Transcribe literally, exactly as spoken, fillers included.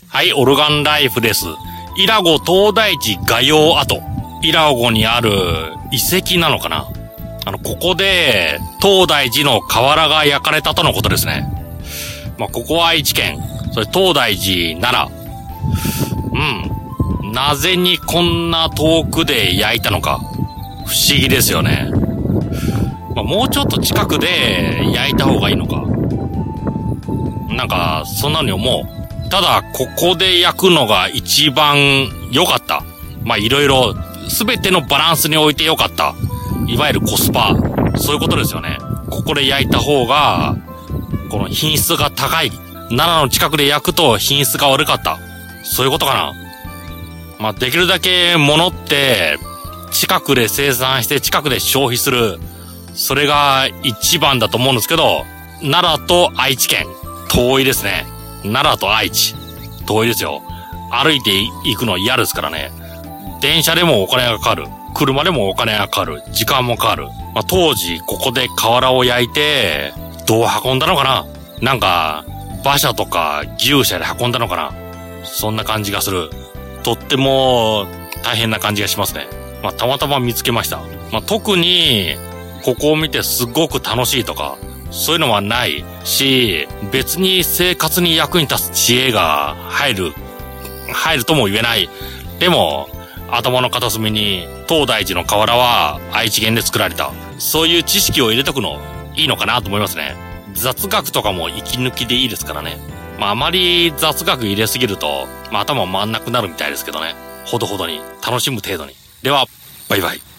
はい、オルガンライフです。伊良湖東大寺画用跡。伊良湖にある遺跡なのかな？あの、ここで、東大寺の瓦が焼かれたとのことですね。まあ、ここは愛知県。それ、東大寺、奈良。うん。なぜにこんな遠くで焼いたのか。不思議ですよね。まあ、もうちょっと近くで焼いた方がいいのか。なんか、そんなに思う。ただ、ここで焼くのが一番良かった。まあ、いろいろ、すべてのバランスにおいて良かった。いわゆるコスパ。そういうことですよね。ここで焼いた方が、この品質が高い。奈良の近くで焼くと品質が悪かった。そういうことかな。まあ、できるだけ物って、近くで生産して近くで消費する。それが一番だと思うんですけど、奈良と愛知県、遠いですね。奈良と愛知、遠いですよ。歩いて行くの嫌ですからね。電車でもお金がかかる。車でもお金がかかる。時間もかかる。まあ、当時、ここで瓦を焼いて、どう運んだのかな？なんか、馬車とか牛車で運んだのかな？そんな感じがする。とっても大変な感じがしますね。まあ、たまたま見つけました。まあ、特に、ここを見てすごく楽しいとか、そういうのはないし、別に生活に役に立つ知恵が入る、入るとも言えない。でも、頭の片隅に、東大寺の瓦は愛知県で作られた。そういう知識を入れとくの、いいのかなと思いますね。雑学とかも息抜きでいいですからね。まあ、あまり雑学入れすぎると、まあ、頭回んなくなるみたいですけどね。ほどほどに、楽しむ程度に。では、バイバイ。